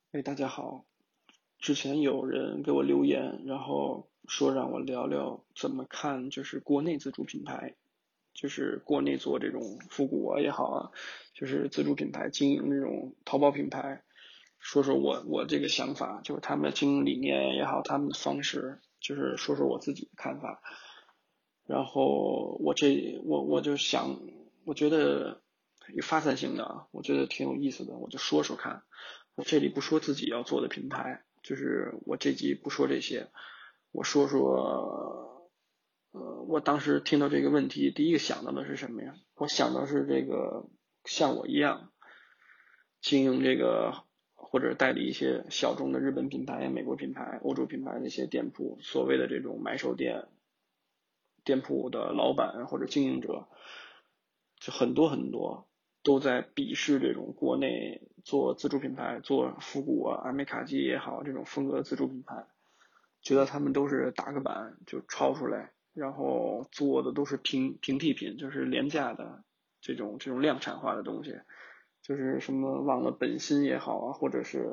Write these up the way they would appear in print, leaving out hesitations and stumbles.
哎，大家好。之前有人给我留言，然后说让我聊聊怎么看，就是国内自主品牌，就是国内做这种复古也好啊，就是自主品牌经营这种淘宝品牌，说说我这个想法，就是他们的经营理念也好，他们的方式，就是说说我自己的看法。然后我就想，我觉得有发散性的啊，我觉得挺有意思的，我就说说看。我这里不说自己要做的品牌，就是我这集不说这些，我说说，我当时听到这个问题，第一个想到的是什么呀？我想到是这个像我一样经营这个或者代理一些小众的日本品牌、美国品牌、欧洲品牌的一些店铺，所谓的这种买手店、店铺的老板或者经营者，就很多很多都在鄙视这种国内做自主品牌、做复古阿美卡基也好这种风格自主品牌，觉得他们都是打个板就抄出来，然后做的都是平替品，就是廉价的这种量产化的东西，就是什么忘了本心也好啊，或者是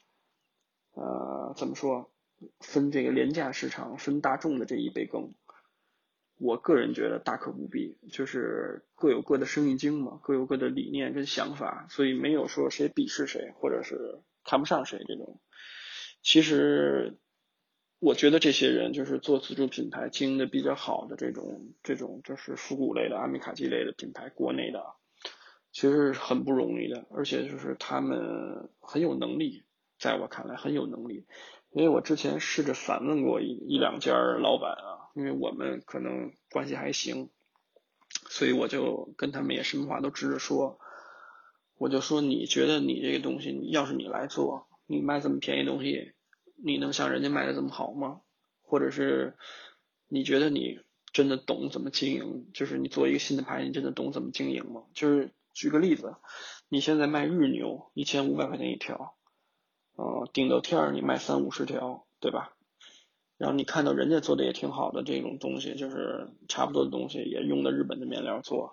怎么说分这个廉价市场分大众的这一杯羹。我个人觉得大可不必，就是各有各的生意经嘛，各有各的理念跟想法，所以没有说谁鄙视谁或者是看不上谁这种。其实我觉得这些人就是做自主品牌经营的比较好的这种就是复古类的阿米卡基类的品牌，国内的其实是很不容易的，而且就是他们很有能力，在我看来很有能力。因为我之前试着反问过一两家老板啊，因为我们可能关系还行，所以我就跟他们也什么话都直着说。我就说你觉得你这个东西，要是你来做，你卖这么便宜的东西，你能像人家卖的这么好吗？或者是你觉得你真的懂怎么经营？就是你做一个新的牌，你真的懂怎么经营吗？就是举个例子，你现在卖日牛1500块钱一条，顶到天儿你卖30-50条，对吧？然后你看到人家做的也挺好的这种东西，就是差不多的东西也用的日本的面料做，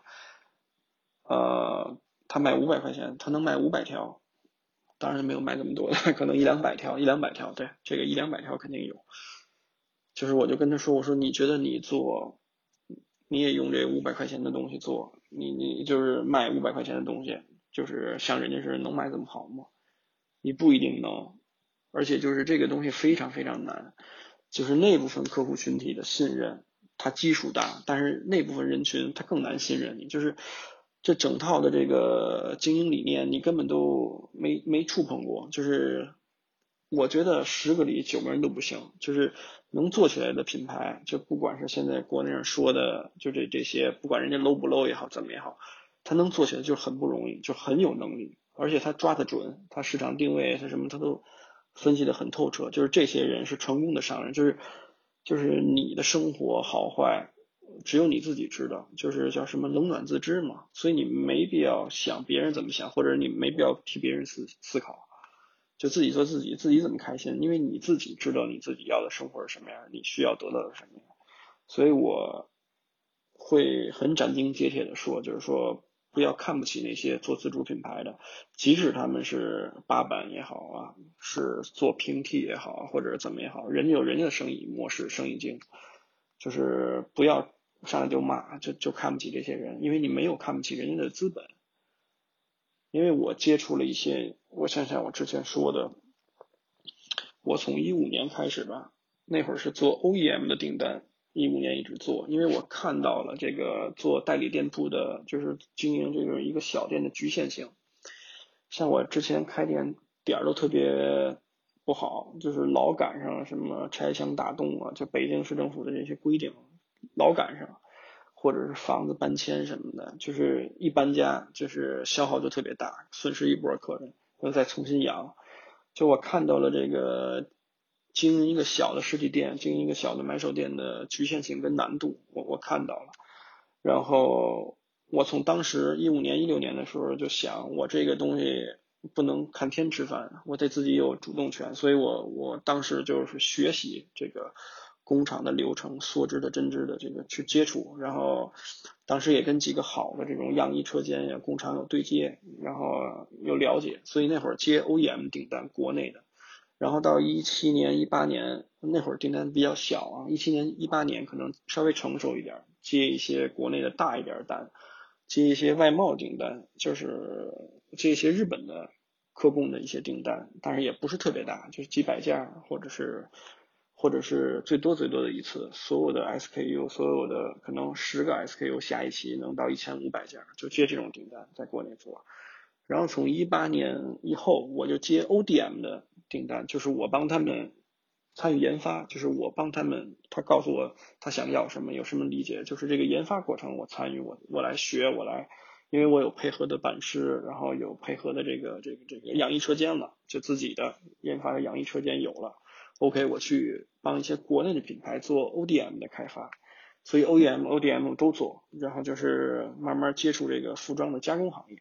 他卖500块钱，他能卖500条，当然没有卖那么多的，可能一两百条，一两百条，对，这个一两百条肯定有。就是我就跟他说，我说你觉得你做，你也用这500块钱的东西做，你就是卖500块钱的东西，就是像人家是能卖这么好吗？你不一定能，而且就是这个东西非常非常难，就是那部分客户群体的信任，它基数大，但是那部分人群他更难信任你，就是这整套的这个经营理念你根本都没触碰过，就是我觉得10个里9个人都不行，就是能做起来的品牌，就不管是现在国内上说的，就这些，不管人家 low 不 low 也好，怎么也好，他能做起来就很不容易，就很有能力，而且他抓得准，他市场定位他什么他都分析得很透彻，就是这些人是成功的商人，就是你的生活好坏只有你自己知道，就是叫什么冷暖自知嘛，所以你没必要想别人怎么想，或者你没必要替别人思考，就自己做自己，自己怎么开心，因为你自己知道你自己要的生活是什么样，你需要得到的是什么样，所以我会很斩钉截铁的说，就是说不要看不起那些做自主品牌的，即使他们是八板也好啊，是做平替也好，或者怎么也好，人家有人家的生意模式、生意经，就是不要上来就骂，就看不起这些人，因为你没有看不起人家的资本。因为我接触了一些，我想想我之前说的，我从15年开始吧，那会儿是做 OEM 的订单，15年一直做，因为我看到了这个做代理店铺的，就是经营这个一个小店的局限性。像我之前开店点儿都特别不好，就是老赶上什么拆墙打洞啊，就北京市政府的这些规定，老赶上，或者是房子搬迁什么的，就是一搬家就是消耗就特别大，损失一波客人，然后再重新养。就我看到了这个经营一个小的实体店，经营一个小的买手店的局限性跟难度，我看到了。然后我从当时15年、16年的时候就想，我这个东西不能看天吃饭，我得自己有主动权，所以我当时就是学习这个工厂的流程、梭织的、针织的这个去接触，然后当时也跟几个好的这种样衣车间呀、工厂有对接，然后有了解，所以那会儿接 OEM 订单，国内的。然后到17年、18年那会儿订单比较小啊，17年、18年可能稍微成熟一点，接一些国内的大一点单，接一些外贸订单，就是接一些日本的客供的一些订单，但是也不是特别大，就是几百件，或者是最多的一次，所有的 SKU， 所有的可能10个 SKU 下一期能到1500件，就接这种订单在国内做。然后从18年以后，我就接 ODM 的订单，就是我帮他们参与研发，就是我帮他们，他告诉我他想要什么，有什么理解，就是这个研发过程我参与，我来学，因为我有配合的版师，然后有配合的这个样衣车间了，就自己的研发的样衣车间有了。OK， 我去帮一些国内的品牌做 ODM 的开发，所以 OEM、ODM 都做，然后就是慢慢接触这个服装的加工行业。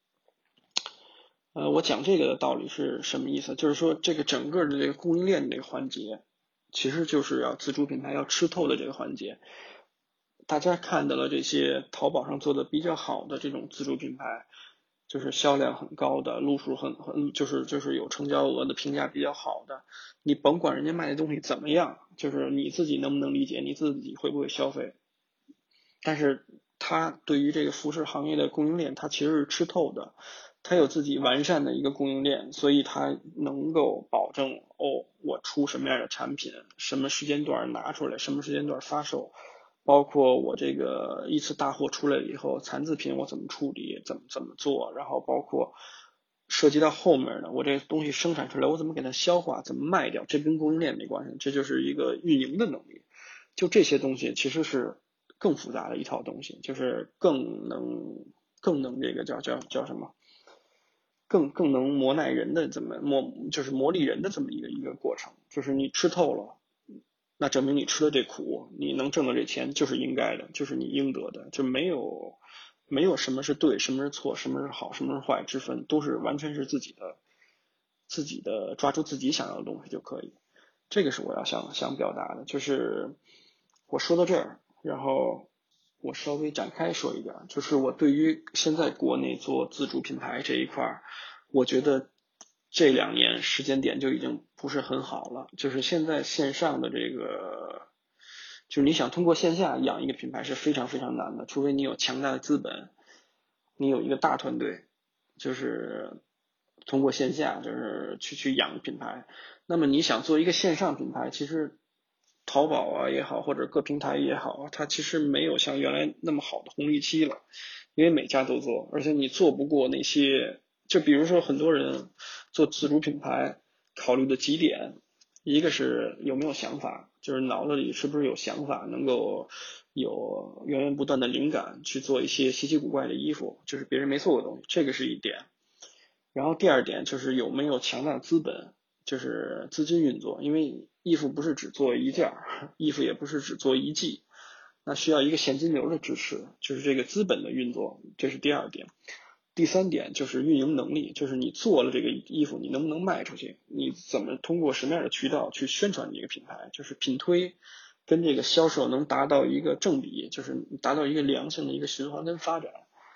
我讲这个的道理是什么意思？就是说这个整个的这个供应链这个环节，其实就是要自主品牌要吃透的这个环节。大家看到了这些淘宝上做的比较好的这种自主品牌，就是销量很高的，路数就是有成交额的，评价比较好的。你甭管人家卖的东西怎么样，就是你自己能不能理解，你自己会不会消费。但是他对于这个服饰行业的供应链，他其实是吃透的。他有自己完善的一个供应链，所以他能够保证我出什么样的产品，什么时间段拿出来，什么时间段发售，包括我这个一次大货出来以后，残次品我怎么处理，怎么做，然后包括涉及到后面的我这东西生产出来，我怎么给它消化，怎么卖掉，这跟供应链没关系，这就是一个运营的能力。就这些东西其实是更复杂的一套东西，就是更能这个叫什么？更能磨耐人的就是磨砺人的这么一个过程，就是你吃透了，那证明你吃了这苦，你能挣到这钱就是应该的，就是你应得的，就没有什么是对，什么是错，什么是好，什么是坏之分，都是完全是自己的抓住自己想要的东西就可以。这个是我要想表达的，就是我说到这儿，然后我稍微展开说一点，就是我对于现在国内做自主品牌这一块，我觉得这2年时间点就已经不是很好了。就是现在线上的这个，就是你想通过线下养一个品牌是非常非常难的，除非你有强大的资本，你有一个大团队，就是通过线下就是去养品牌。那么你想做一个线上品牌，其实淘宝啊也好，或者各平台也好，它其实没有像原来那么好的红利期了，因为每家都做，而且你做不过那些，就比如说很多人做自主品牌考虑的几点，一个是有没有想法，就是脑子里是不是有想法，能够有源源不断的灵感去做一些稀奇古怪的衣服，就是别人没做过的东西，这个是一点。然后第二点就是有没有强大的资本，就是资金运作，因为衣服不是只做一件，衣服也不是只做一季，那需要一个现金流的支持，就是这个资本的运作，这是第二点。第三点就是运营能力，就是你做了这个衣服，你能不能卖出去？你怎么通过什么样的渠道去宣传你这个品牌？就是品推跟这个销售能达到一个正比，就是达到一个良性的一个循环跟发展。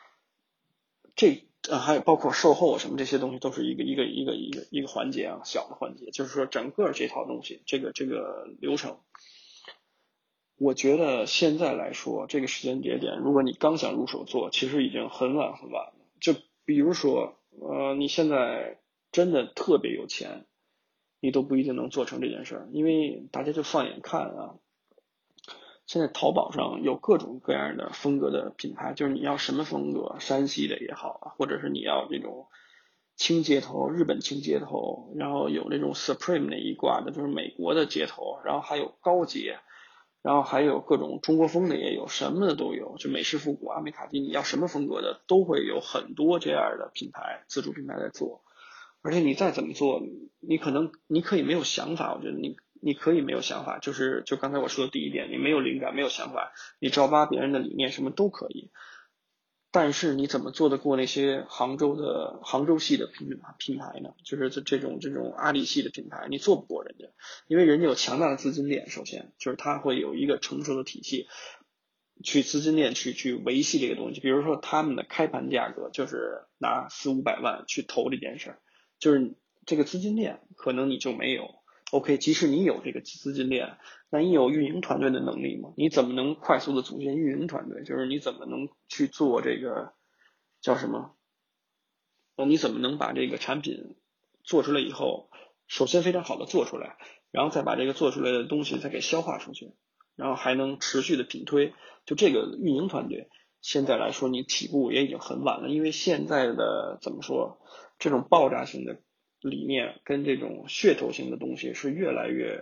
还有包括售后什么这些东西都是一个环节啊，小的环节，就是说整个这套东西，这个流程，我觉得现在来说这个时间节点，如果你刚想入手做，其实已经很晚很晚了。就比如说你现在真的特别有钱，你都不一定能做成这件事儿，因为大家就放眼看啊，现在淘宝上有各种各样的风格的品牌，就是你要什么风格，山西的也好啊，或者是你要这种轻街头、日本轻街头，然后有那种 Supreme 那一挂的，就是美国的街头，然后还有高街，然后还有各种中国风的也有，什么的都有，就美式复古、阿美卡蒂，你要什么风格的都会有很多这样的品牌，自主品牌在做。而且你再怎么做，你可以没有想法，我觉得你可以没有想法，就刚才我说的第一点，你没有灵感，没有想法，你照搬别人的理念什么都可以，但是你怎么做得过那些杭州系的品牌呢？就是这种阿里系的品牌，你做不过人家。 因为人家有强大的资金链，首先就是他会有一个成熟的体系，去资金链去维系这个东西。比如说他们的开盘价格就是拿400-500万去投这件事儿，就是这个资金链可能你就没有。OK， 即使你有这个资金链，那你有运营团队的能力吗？你怎么能快速的组建运营团队？就是你怎么能去做这个叫什么？你怎么能把这个产品做出来以后，首先非常好的做出来，然后再把这个做出来的东西再给消化出去，然后还能持续的品推。就这个运营团队现在来说，你起步也已经很晚了，因为现在的怎么说，这种爆炸性的理念跟这种噱头性的东西是越来越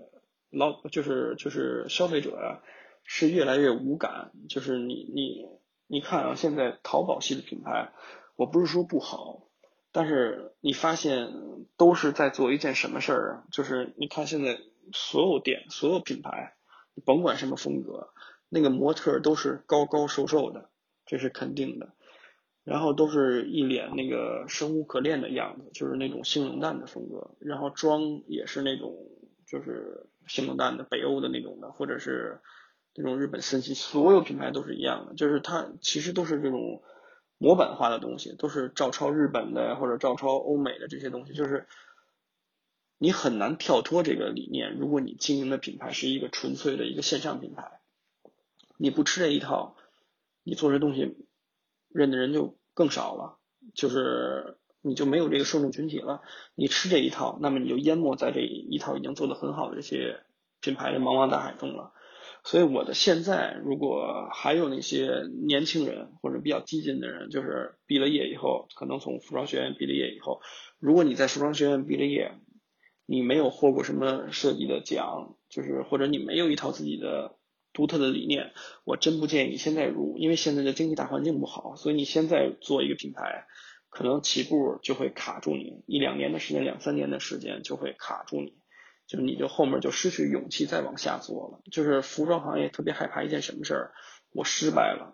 就是消费者啊是越来越无感。就是你看啊，现在淘宝系的品牌，我不是说不好，但是你发现都是在做一件什么事儿啊？就是你看现在所有店、所有品牌，你甭管什么风格，那个模特都是高高瘦瘦的，这是肯定的。然后都是一脸那个生无可恋的样子，就是那种性冷淡的风格。然后妆也是那种就是性冷淡的北欧的那种的，或者是那种日本森系，所有品牌都是一样的，就是它其实都是这种模板化的东西，都是照抄日本的或者照抄欧美的这些东西，就是你很难跳脱这个理念。如果你经营的品牌是一个纯粹的一个线上品牌，你不吃这一套，你做这东西认的人就更少了，就是你就没有这个受众群体了。你吃这一套，那么你就淹没在这一套已经做得很好的这些品牌的茫茫大海中了。所以我的现在，如果还有那些年轻人或者比较激进的人，就是毕了业以后，可能从服装学院毕了业以后，如果你在服装学院毕了业，你没有获过什么设计的奖，就是或者你没有一套自己的独特的理念，我真不建议你现在入，因为现在的经济大环境不好，所以你现在做一个品牌，可能起步就会卡住你1-2年的时间，2-3年的时间就会卡住你，就是你就后面就失去勇气再往下做了。就是服装行业特别害怕一件什么事儿，我失败了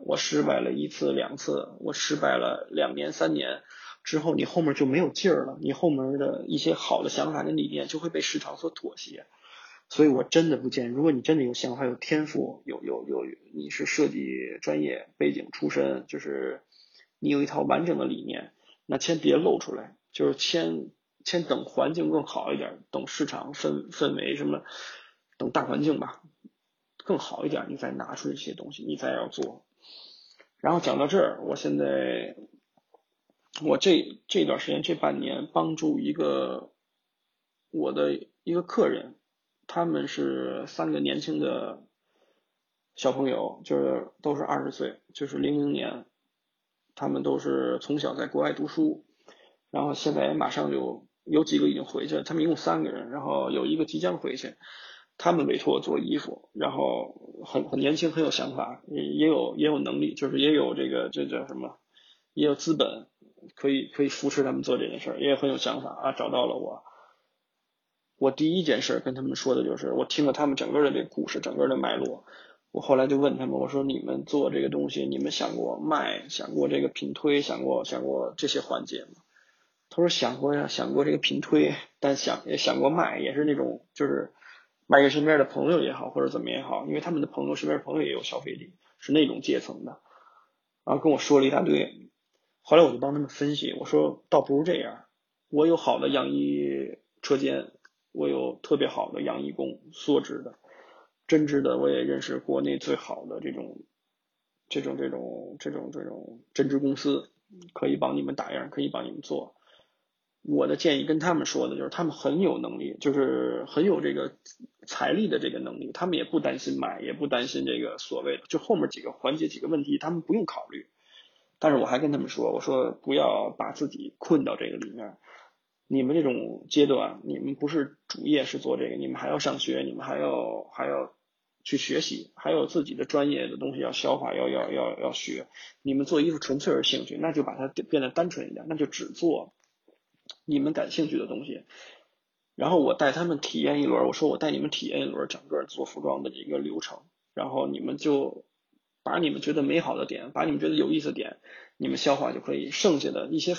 1次2次，我失败了2年3年之后，你后面就没有劲儿了，你后面的一些好的想法跟理念就会被市场所妥协。所以我真的不建议，如果你真的有想法、有天赋、你是设计专业背景出身，就是你有一套完整的理念，那先别露出来，就是先等环境更好一点，等市场氛围什么，等大环境吧更好一点，你再拿出这些东西，你再要做。然后讲到这儿，我这段时间这半年帮助我的一个客人，他们是3个年轻的小朋友，就是都是20岁，就是00年，他们都是从小在国外读书，然后现在马上就有几个已经回去了，他们一共3个人，然后有一个即将回去。他们委托我做衣服，然后很年轻，很有想法，也有能力，就是也有这叫什么，也有资本，可以扶持他们做这件事儿，也很有想法啊，找到了我。我第一件事跟他们说的就是，我听了他们整个的这个故事，整个的脉络，我后来就问他们，我说你们做这个东西，你们想过卖，想过这个品推，想过这些环节吗？他说想过呀，想过这个品推，但也想过卖，也是那种就是卖给身边的朋友也好，或者怎么也好，因为他们的身边朋友也有消费力，是那种阶层的，然后跟我说了一大堆。后来我就帮他们分析，我说倒不如这样，我有好的样衣车间，我有特别好的样衣工，梭织的、针织的，我也认识国内最好的这种针织公司，可以帮你们打样，可以帮你们做。我的建议跟他们说的就是，他们很有能力，就是很有这个财力的这个能力，他们也不担心买，也不担心这个所谓的，就后面几个环节几个问题，他们不用考虑。但是我还跟他们说，我说不要把自己困到这个里面。你们这种阶段，你们不是主业是做这个，你们还要上学，你们还要去学习，还有自己的专业的东西要消化，要学。你们做衣服纯粹是兴趣，那就把它变得单纯一点，那就只做你们感兴趣的东西。然后我带他们体验一轮，我说我带你们体验一轮整个做服装的一个流程，然后你们就把你们觉得美好的点，把你们觉得有意思的点，你们消化就可以，剩下的一些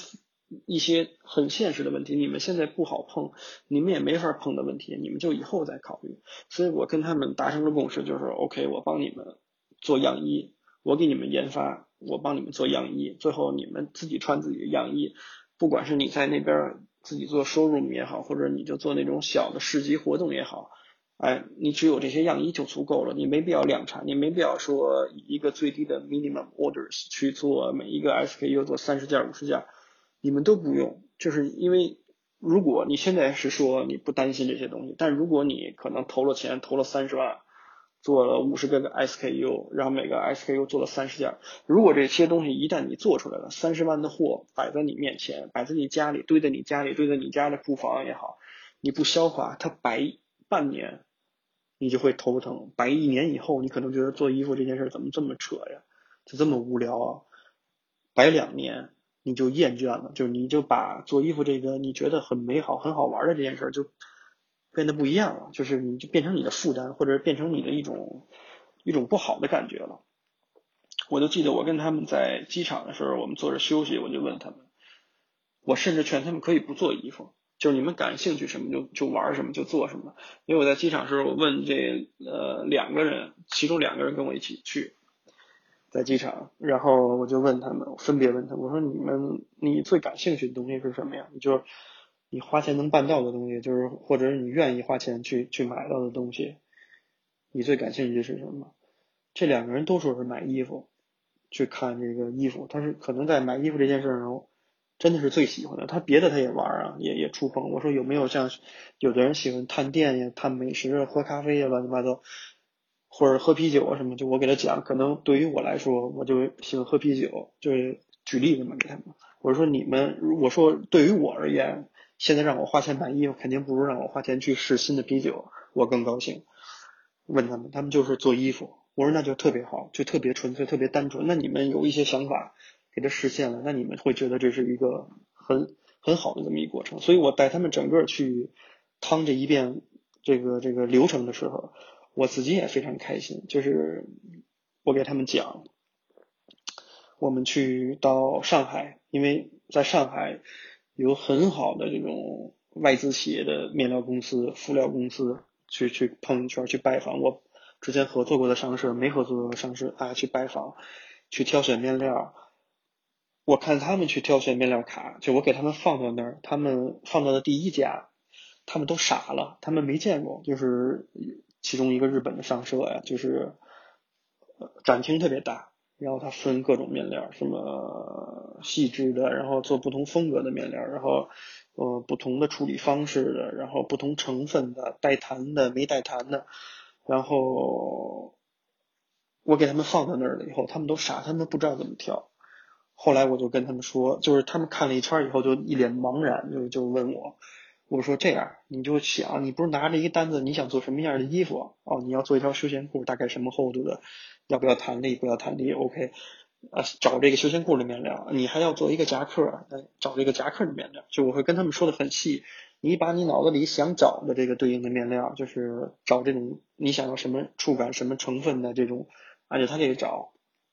一些很现实的问题，你们现在不好碰，你们也没法碰的问题，你们就以后再考虑。所以我跟他们达成了共识，就是 OK， 我帮你们做样衣，我给你们研发，我帮你们做样衣，最后你们自己穿自己的样衣，不管是你在那边自己做showroom也好，或者你就做那种小的市集活动也好，你只有这些样衣就足够了，你没必要量产，你没必要说以一个最低的 minimum orders 去做每一个 SKU 做30件50件，你们都不用，就是因为如果你现在是说你不担心这些东西，但如果你可能投了钱，投了30万，做了50个SKU，然后每个 SKU 做了30件，如果这些东西一旦你做出来了，30万的货摆在你面前，摆在你家里，堆在你家里，堆在你家的库房也好，你不消化，它摆半年，你就会头疼，摆1年以后，你可能觉得做衣服这件事怎么这么扯呀，就这么无聊啊，摆2年。你就厌倦了，就是你就把做衣服这个你觉得很美好很好玩的这件事就变得不一样了，就是你就变成你的负担，或者变成你的一种不好的感觉了。我就记得我跟他们在机场的时候，我们坐着休息，我就问他们，我甚至劝他们可以不做衣服，就是你们感兴趣什么就玩什么就做什么。因为我在机场的时候，我问这2个人，其中2个人跟我一起去，在机场，然后我就问他们，分别问他们，我说你最感兴趣的东西是什么呀？就是你花钱能办到的东西，就是或者是你愿意花钱去买到的东西，你最感兴趣是什么？这2个人都说是买衣服，去看这个衣服，他是可能在买衣服这件事上真的是最喜欢的，他别的他也玩啊，也触碰。我说有没有像有的人喜欢探店呀、探美食啊、喝咖啡呀、乱七八糟，或者喝啤酒啊什么，就我给他讲，可能对于我来说，我就喜欢喝啤酒，就是举例子嘛给他们。我说我说对于我而言，现在让我花钱买衣服，肯定不如让我花钱去试新的啤酒，我更高兴。问他们就是做衣服，我说那就特别好，就特别纯粹，特别单纯。那你们有一些想法给它实现了，那你们会觉得这是一个很好的这么一个过程。所以我带他们整个去趟这一遍这个流程的时候，我自己也非常开心。就是我给他们讲，我们去到上海，因为在上海有很好的这种外资企业的面料公司、辅料公司。去碰一圈，去拜访我之前合作过的商社，没合作过的商社，去拜访，去挑选面料。我看他们去挑选面料卡，就我给他们放到那儿，他们放到的第一家，他们都傻了，他们没见过，就是其中一个日本的商社呀，就是展厅特别大，然后它分各种面料，什么细致的，然后做不同风格的面料，然后不同的处理方式的，然后不同成分的，带弹的没带弹的，然后我给他们放到那儿了以后，他们都傻，他们不知道怎么挑。后来我就跟他们说，就是他们看了一圈以后就一脸茫然，就问我说这样，你就想，你不是拿着一个单子，你想做什么样的衣服？哦，你要做一条休闲裤，大概什么厚度的？要不要弹力？不要弹力？OK，找这个休闲裤的面料。你还要做一个夹克，找这个夹克的面料。就我会跟他们说的很细，你把你脑子里想找的这个对应的面料，就是找这种你想要什么触感、什么成分的这种，按照它这个找。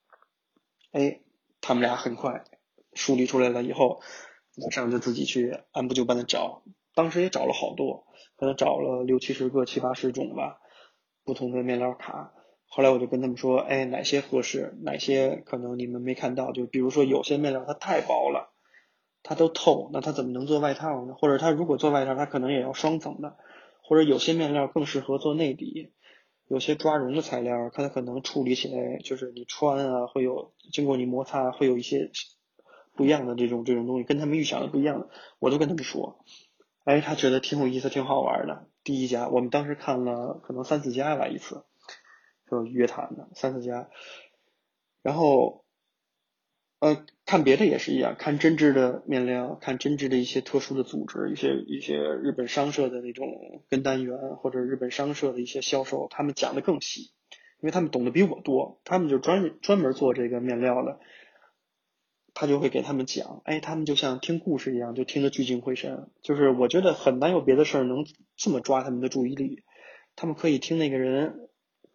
他们俩很快梳理出来了以后，马上就自己去按部就班的找，当时也找了好多，可能找了60-70个、70-80种吧，不同的面料卡。后来我就跟他们说，哪些合适，哪些可能你们没看到，就比如说有些面料它太薄了，它都透，那它怎么能做外套呢？或者它如果做外套，它可能也要双层的，或者有些面料更适合做内底。有些抓绒的材料，它可能处理起来就是你穿啊，会有经过你摩擦，会有一些不一样的这种东西，跟他们预想的不一样的，我都跟他们说，他觉得挺有意思，挺好玩的。第一家，我们当时看了可能3-4家吧，一次就约谈的3-4家，然后看别的也是一样，看针织的面料，看针织的一些特殊的组织，一些日本商社的那种跟单员，或者日本商社的一些销售，他们讲的更细，因为他们懂得比我多，他们就专门做这个面料的，他就会给他们讲，他们就像听故事一样，就听得聚精会神。就是我觉得很难有别的事儿能这么抓他们的注意力，他们可以听那个人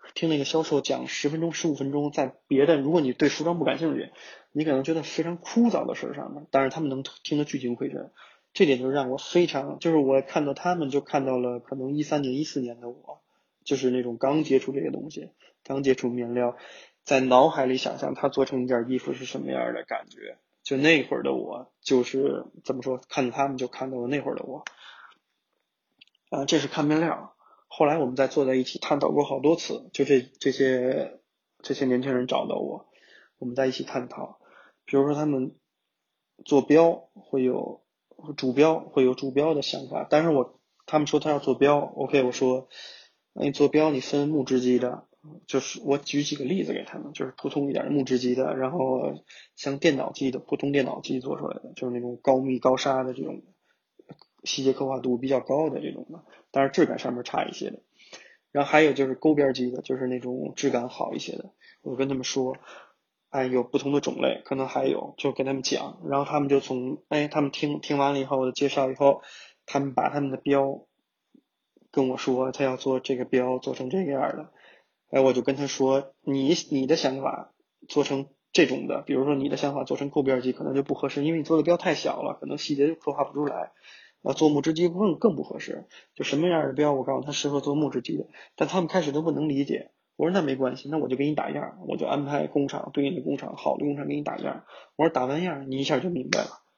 听那个销售讲10分钟、15分钟，在别的如果你对服装不感兴趣，你可能觉得非常枯燥的事上面，但是他们能听得聚精会神，这点就让我非常，就是我看到他们就看到了可能13年、14年的我，就是那种刚接触这个东西，刚接触面料，在脑海里想象它做成一件衣服是什么样的感觉。就那会儿的我，就是怎么说，看着他们就看到了那会儿的我。这是看面料。后来我们再坐在一起探讨过好多次，就这些年轻人找到我们在一起探讨。比如说他们做标会有主标的想法，但是他们说他要做标 ，OK， 我说那你做标你分木质机的，就是我举几个例子给他们，就是普通一点的木质机的，然后像电脑机的普通电脑机做出来的，就是那种高密高纱的这种细节刻画度比较高的这种的，但是质感上面差一些的。然后还有就是钩边机的，就是那种质感好一些的。我跟他们说，有不同的种类，可能还有，就跟他们讲，然后他们就他们听完了以后的介绍以后，他们把他们的标跟我说，他要做这个标做成这个样的。我就跟他说，你的想法做成这种的，比如说你的想法做成钩边机可能就不合适，因为你做的标太小了，可能细节就刻画不出来。做木质机更不合适，就什么样的标我告诉他适合做木质机的，但他们开始都不能理解。我说那没关系，那我就给你打样，我就安排工厂对应的工厂，好的工厂给你打样。我说打完样你一下就明白了。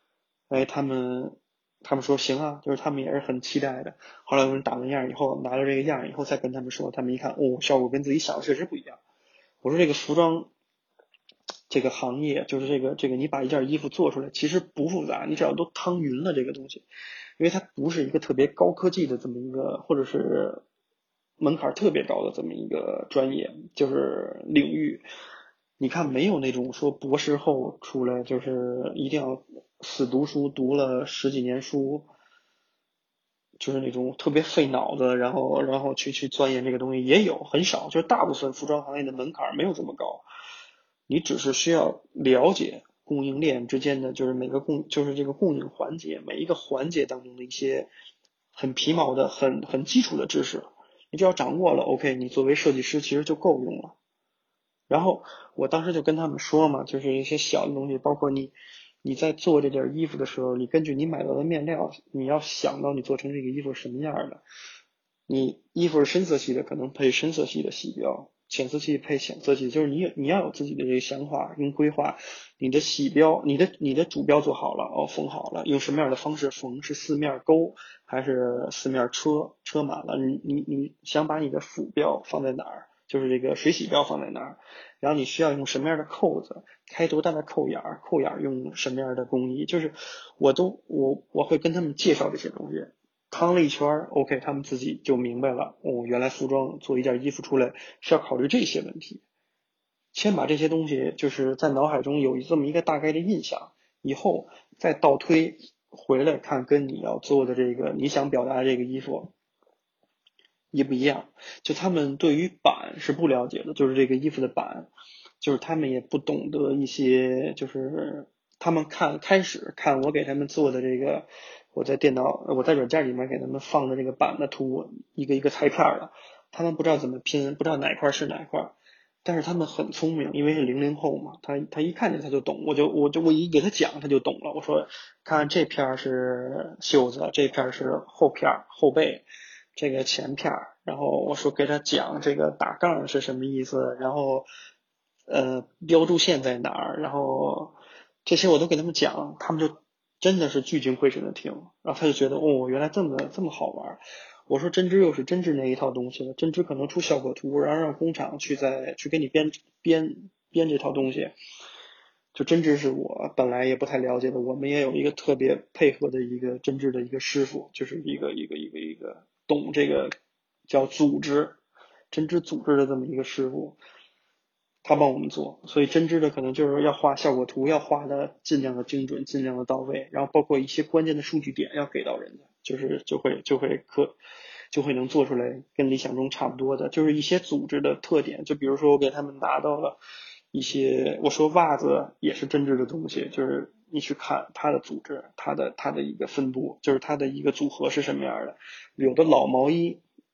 他们说行啊，就是他们也是很期待的。后来我们打完样以后，拿到这个样以后再跟他们说，他们一看，效果跟自己想的确实不一样。我说这个服装这个行业，就是这个你把一件衣服做出来其实不复杂，你只要都趟匀了这个东西，因为它不是一个特别高科技的这么一个，或者是门槛特别高的这么一个专业，就是领域。你看没有那种说博士后出来就是一定要死读书读了十几年书，就是那种特别费脑子，然后去钻研这个东西也有很少，就是大部分服装行业的门槛没有这么高，你只是需要了解供应链之间的，就是就是这个供应环节每一个环节当中的一些很皮毛的、很基础的知识，你只要掌握了 ，OK， 你作为设计师其实就够用了。然后我当时就跟他们说嘛，就是一些小的东西，包括你在做这件衣服的时候，你根据你买到的面料，你要想到你做成这个衣服什么样的。你衣服是深色系的，可能配深色系的洗标；浅色系配浅色系，就是你要有自己的这个想法跟规划。你的洗标，你的主标做好了，缝好了，用什么样的方式缝？是四面勾还是四面车满了？你想把你的辅标放在哪儿？就是这个水洗标放在哪儿？然后你需要用什么样的扣子？开多大的扣眼儿？扣眼儿用什么样的工艺？就是我会跟他们介绍这些东西。趟了一圈 OK， 他们自己就明白了。原来服装做一件衣服出来是要考虑这些问题。先把这些东西就是在脑海中有这么一个大概的印象，以后再倒推回来看，跟你要做的这个你想表达的这个衣服一不一样。就他们对于版是不了解的，就是这个衣服的版，就是他们也不懂得一些，就是他们开始看我给他们做的这个，我在软件里面给他们放的这个版的图，一个一个裁片的，他们不知道怎么拼，不知道哪块是哪块。但是他们很聪明，因为是00后嘛，他一看见他就懂，我一给他讲他就懂了。我说看这片是袖子，这片是后背，这个前片，然后我说给他讲这个打杠是什么意思，然后标注线在哪儿，然后这些我都给他们讲，他们就真的是聚精会神的听，然后他就觉得原来这么好玩。我说针织又是针织那一套东西了，针织可能出效果图，然后让工厂去给你编这套东西。就针织是我本来也不太了解的，我们也有一个特别配合的一个针织的一个师傅，就是一个懂这个叫针织组织的这么一个师傅，他帮我们做。所以针织的可能就是要画效果图，要画的尽量的精准，尽量的到位，然后包括一些关键的数据点要给到人家，就是就会能做出来跟理想中差不多的，就是一些组织的特点。就比如说我给他们拿到了一些，我说袜子也是针织的东西，就是你去看它的组织，它的一个分布，就是它的一个组合是什么样的。有的老毛衣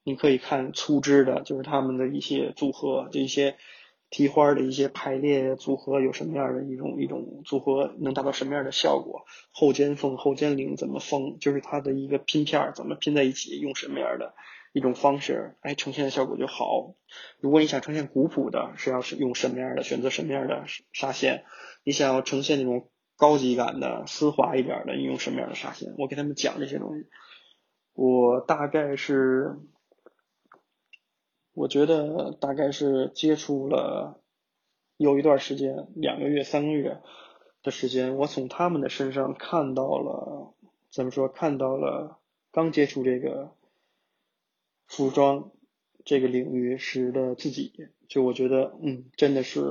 你可以看粗枝的，就是他们的一些组合，这些提花的一些排列组合有什么样的一种组合能达到什么样的效果，后肩凤后肩领怎么封，就是它的一个拼片怎么拼在一起，用什么样的一种方式，呈现的效果就好。如果你想呈现古朴的，是要用什么样的，选择什么样的纱线，你想要呈现那种高级感的丝滑一点的，你用什么样的纱线，我给他们讲这些东西。我觉得大概是接触了有一段时间，2个月3个月的时间，我从他们的身上看到了，看到了刚接触这个服装这个领域时的自己，就我觉得真的是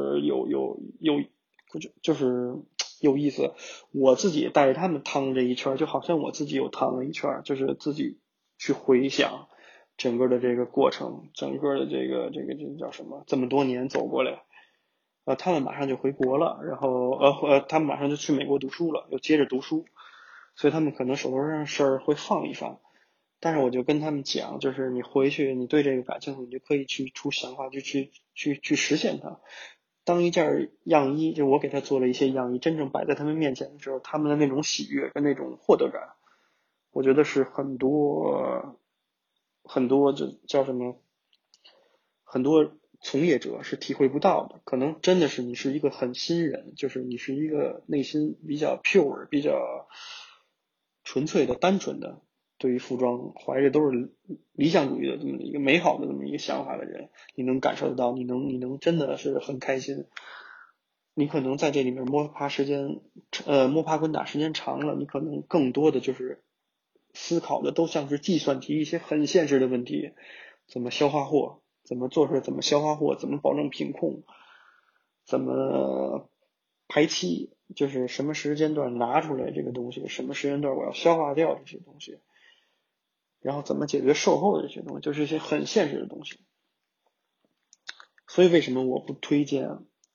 就是有意思。我自己带着他们趟这一圈，就好像我自己有趟了一圈，就是自己去回想整个的这个过程，整个的这个叫什么，这么多年走过来。他们马上就回国了，然后他们马上就去美国读书了，又接着读书，所以他们可能手头上事儿会放一放。但是我就跟他们讲，就是你回去，你对这个感兴趣，你就可以去出想法，去实现它。当一件样衣，就我给他做了一些样衣，真正摆在他们面前的时候，他们的那种喜悦跟那种获得感，我觉得是很多就叫什么，很多从业者是体会不到的。可能真的是你是一个很新人，就是你是一个内心比较 pure、比较纯粹的、单纯的，对于服装怀着都是理想主义的这么一个美好的这么一个想法的人，你能感受得到，你能真的是很开心。你可能在这里面摸爬滚打时间长了，你可能更多的就是思考的都像是计算题，一些很现实的问题，怎么消化货，怎么做出来，怎么消化货，怎么保证品控，怎么排期，就是什么时间段拿出来这个东西，什么时间段我要消化掉这些东西，然后怎么解决售后的这些东西，就是一些很现实的东西。所以为什么我不推荐，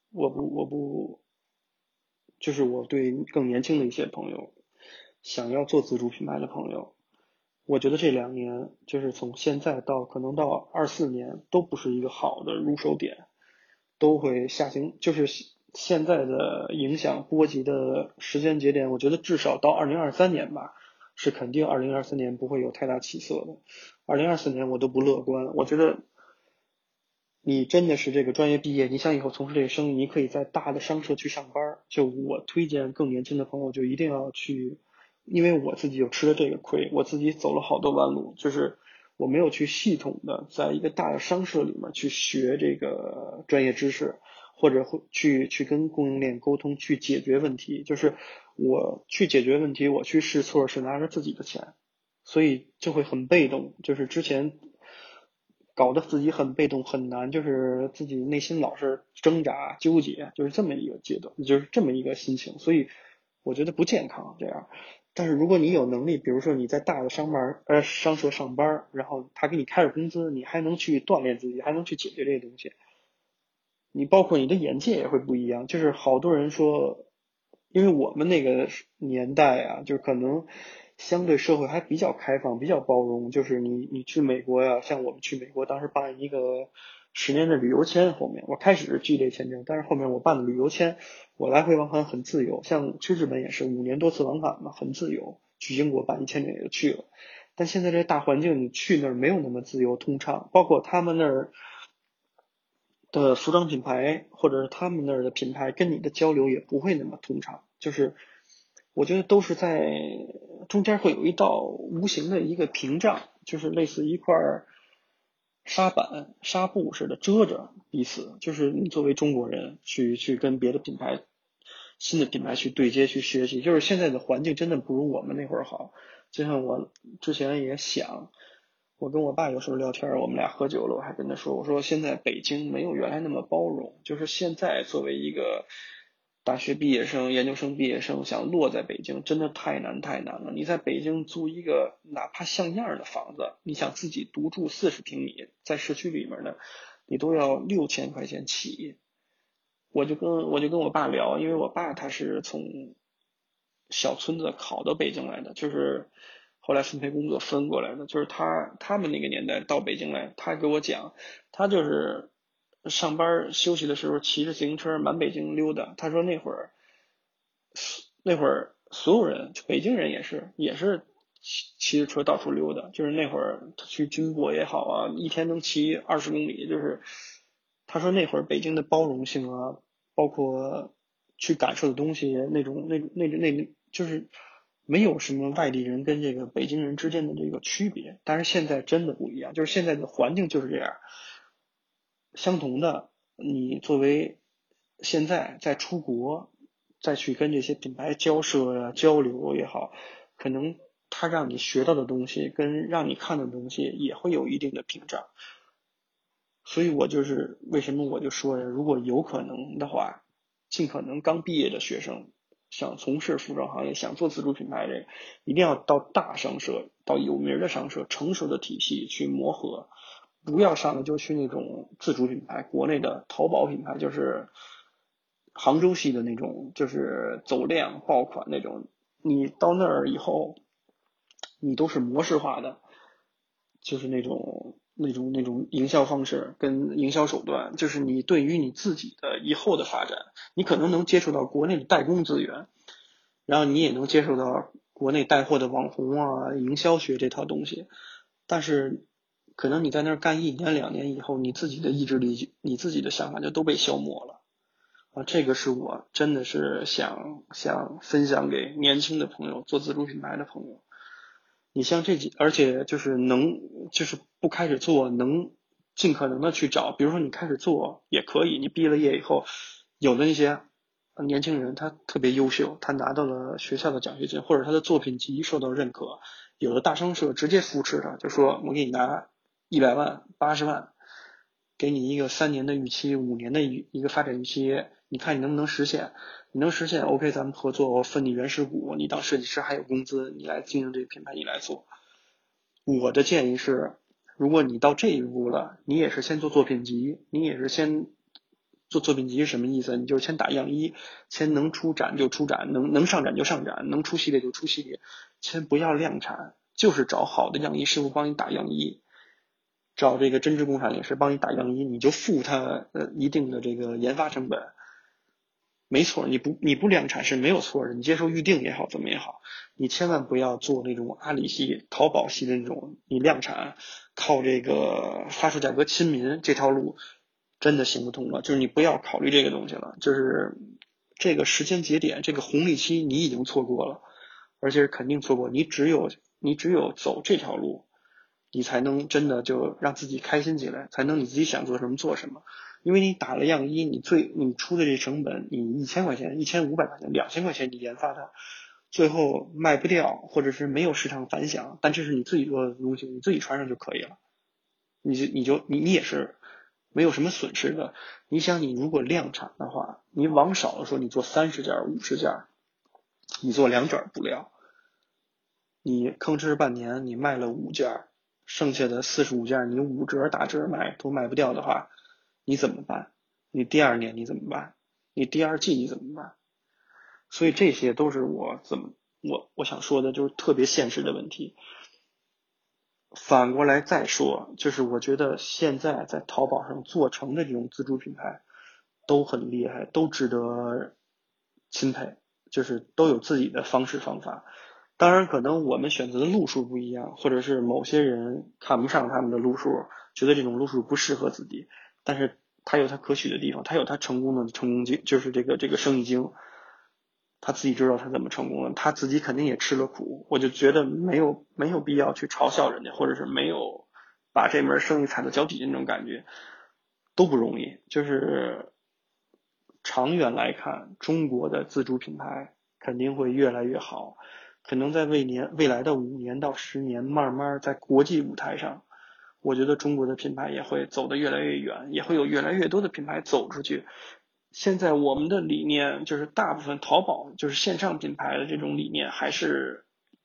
就是我对更年轻的一些朋友，想要做自主品牌的朋友，我觉得这2年就是从现在到可能到24年都不是一个好的入手点，都会下行，就是现在的影响波及的时间节点，我觉得至少到2023年吧，是肯定2023年不会有太大起色的。2024年我都不乐观，我觉得你真的是这个专业毕业，你想以后从事这个生意，你可以在大的商社去上班。就我推荐更年轻的朋友就一定要去，因为我自己就吃了这个亏，我自己走了好多弯路，就是我没有去系统的在一个大的商社里面去学这个专业知识，或者会去跟供应链沟通，去解决问题。就是我去解决问题，我去试错是拿着自己的钱，所以就会很被动，就是之前搞得自己很被动很难，就是自己内心老是挣扎纠结，就是这么一个阶段，就是这么一个心情，所以我觉得不健康这样。但是如果你有能力，比如说你在大的商社上班，然后他给你开着工资，你还能去锻炼自己，还能去解决这些东西，你包括你的眼界也会不一样。就是好多人说，因为我们那个年代啊，就是可能相对社会还比较开放，比较包容。就是你去美国呀，像我们去美国，当时办一个10年的旅游签，后面我开始是 G 类签证，但是后面我办的旅游签，我来回往返很自由。像去日本也是5年多次往返嘛，很自由。去英国办一签证也就去了。但现在这大环境，你去那儿没有那么自由通畅，包括他们那儿的服装品牌或者是他们那儿的品牌跟你的交流也不会那么通畅，就是我觉得都是在中间会有一道无形的一个屏障，就是类似一块纱板、纱布似的遮着彼此。就是你作为中国人去跟别的品牌、新的品牌去对接去学习，就是现在的环境真的不如我们那会儿好。就像我之前也想。我跟我爸有时候聊天，我们俩喝酒了，我还跟他说，我说现在北京没有原来那么包容，就是现在作为一个大学毕业生、研究生毕业生，想落在北京真的太难了。你在北京租一个哪怕像样的房子，你想自己独住40平米，在市区里面的，你都要6000块钱起。我就跟我爸聊，因为我爸他是从小村子考到北京来的，就是后来分配工作分过来的，就是他们那个年代到北京来，他给我讲，他就是上班休息的时候骑着自行车满北京溜达。他说那会儿所有人，北京人也是骑着车到处溜达，就是那会儿他去军博也好啊，一天能骑20公里，就是他说那会儿北京的包容性啊，包括去感受的东西那种就是没有什么外地人跟这个北京人之间的这个区别。但是现在真的不一样，就是现在的环境就是这样。相同的，你作为现在在出国再去跟这些品牌交涉呀、交流也好，可能他让你学到的东西跟让你看的东西也会有一定的屏障。所以我就是为什么我就说呀，如果有可能的话，尽可能刚毕业的学生想从事服装行业，想做自主品牌，这一定要到大商社，到有名的商社、成熟的体系去磨合，不要上来就去那种自主品牌，国内的淘宝品牌，就是杭州系的那种，就是走量爆款那种。你到那儿以后，你都是模式化的，就是那种营销方式跟营销手段，就是你对于你自己的以后的发展，你可能能接触到国内的代工资源，然后你也能接触到国内带货的网红啊、营销学这套东西。但是可能你在那儿干1年2年以后，你自己的意志力、你自己的想法就都被消磨了啊。这个是我真的是想分享给年轻的朋友，做自主品牌的朋友。你像而且就是不开始做，能尽可能的去找，比如说你开始做也可以，你毕了业以后，有的那些年轻人他特别优秀，他拿到了学校的奖学金，或者他的作品集受到认可，有的大商社直接扶持他，就说我给你拿100万、80万，给你一个3年的预期、5年的一个发展预期，你看你能不能实现？你能实现 OK， 咱们合作，我分你原始股，你当设计师还有工资，你来经营这个品牌，你来做。我的建议是，如果你到这一步了，你也是先做作品集，你也是先做作品集是什么意思？你就先打样衣，先能出展就出展，能上展就上展，能出系列就出系列，先不要量产，就是找好的样衣师傅帮你打样衣。找这个针织工厂也是帮你打样衣，你就付他一定的这个研发成本，没错，你不量产是没有错的，你接受预定也好，怎么也好，你千万不要做那种阿里系、淘宝系的那种，你量产靠这个发售价格亲民这条路真的行不通了，就是你不要考虑这个东西了，就是这个时间节点、这个红利期你已经错过了，而且是肯定错过，你只有走这条路，你才能真的就让自己开心起来，才能你自己想做什么做什么。因为你打了样衣，你出的这成本，你1000块钱、1500块钱、2000块钱你研发它，最后卖不掉，或者是没有市场反响，但这是你自己做的东西，你自己穿上就可以了，你也是没有什么损失的。你想，你如果量产的话，你往少的说，你做30件、50件，你做2卷布料，你吭哧半年你卖了5件，剩下的45件你5折打折卖都卖不掉的话，你怎么办？你第2年你怎么办？你第2季你怎么办？所以这些都是我想说的，就是特别现实的问题。反过来再说，就是我觉得现在在淘宝上做成的这种自主品牌都很厉害，都值得钦佩，就是都有自己的方式方法。当然可能我们选择的路数不一样，或者是某些人看不上他们的路数，觉得这种路数不适合自己，但是他有他可取的地方，他有他成功经，就是这个生意经，他自己知道他怎么成功的，他自己肯定也吃了苦。我就觉得没有必要去嘲笑人家，或者是没有把这门生意踩到脚底下那种感觉，都不容易。就是长远来看，中国的自主品牌肯定会越来越好，可能在未来的5年到10年，慢慢在国际舞台上，我觉得中国的品牌也会走得越来越远，也会有越来越多的品牌走出去。现在我们的理念就是大部分淘宝就是线上品牌的这种理念，还是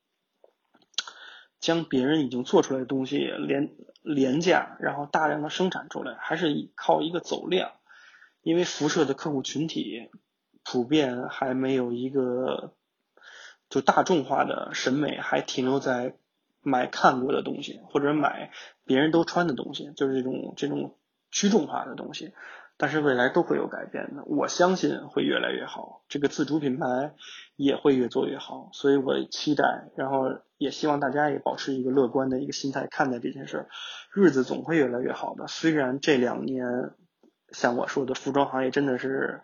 将别人已经做出来的东西廉价，然后大量的生产出来，还是靠一个走量。因为辐射的客户群体普遍还没有一个就大众化的审美，还停留在买看过的东西，或者买别人都穿的东西，就是这种趋众化的东西。但是未来都会有改变的，我相信会越来越好，这个自主品牌也会越做越好，所以我期待，然后也希望大家也保持一个乐观的一个心态看待这件事儿，日子总会越来越好的。虽然这2年像我说的服装行业真的是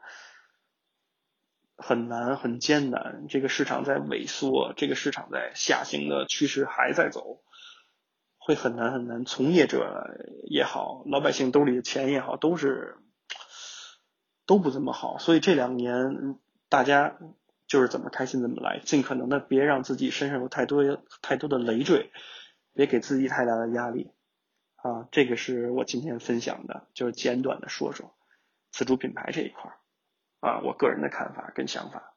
很难很艰难，这个市场在萎缩，这个市场在下行的趋势还在走，会很难很难，从业者也好，老百姓兜里的钱也好，都不怎么好，所以这2年大家就是怎么开心怎么来，尽可能的别让自己身上有太多的累赘，别给自己太大的压力啊。这个是我今天分享的，就是简短的说说自主品牌这一块啊，我个人的看法跟想法。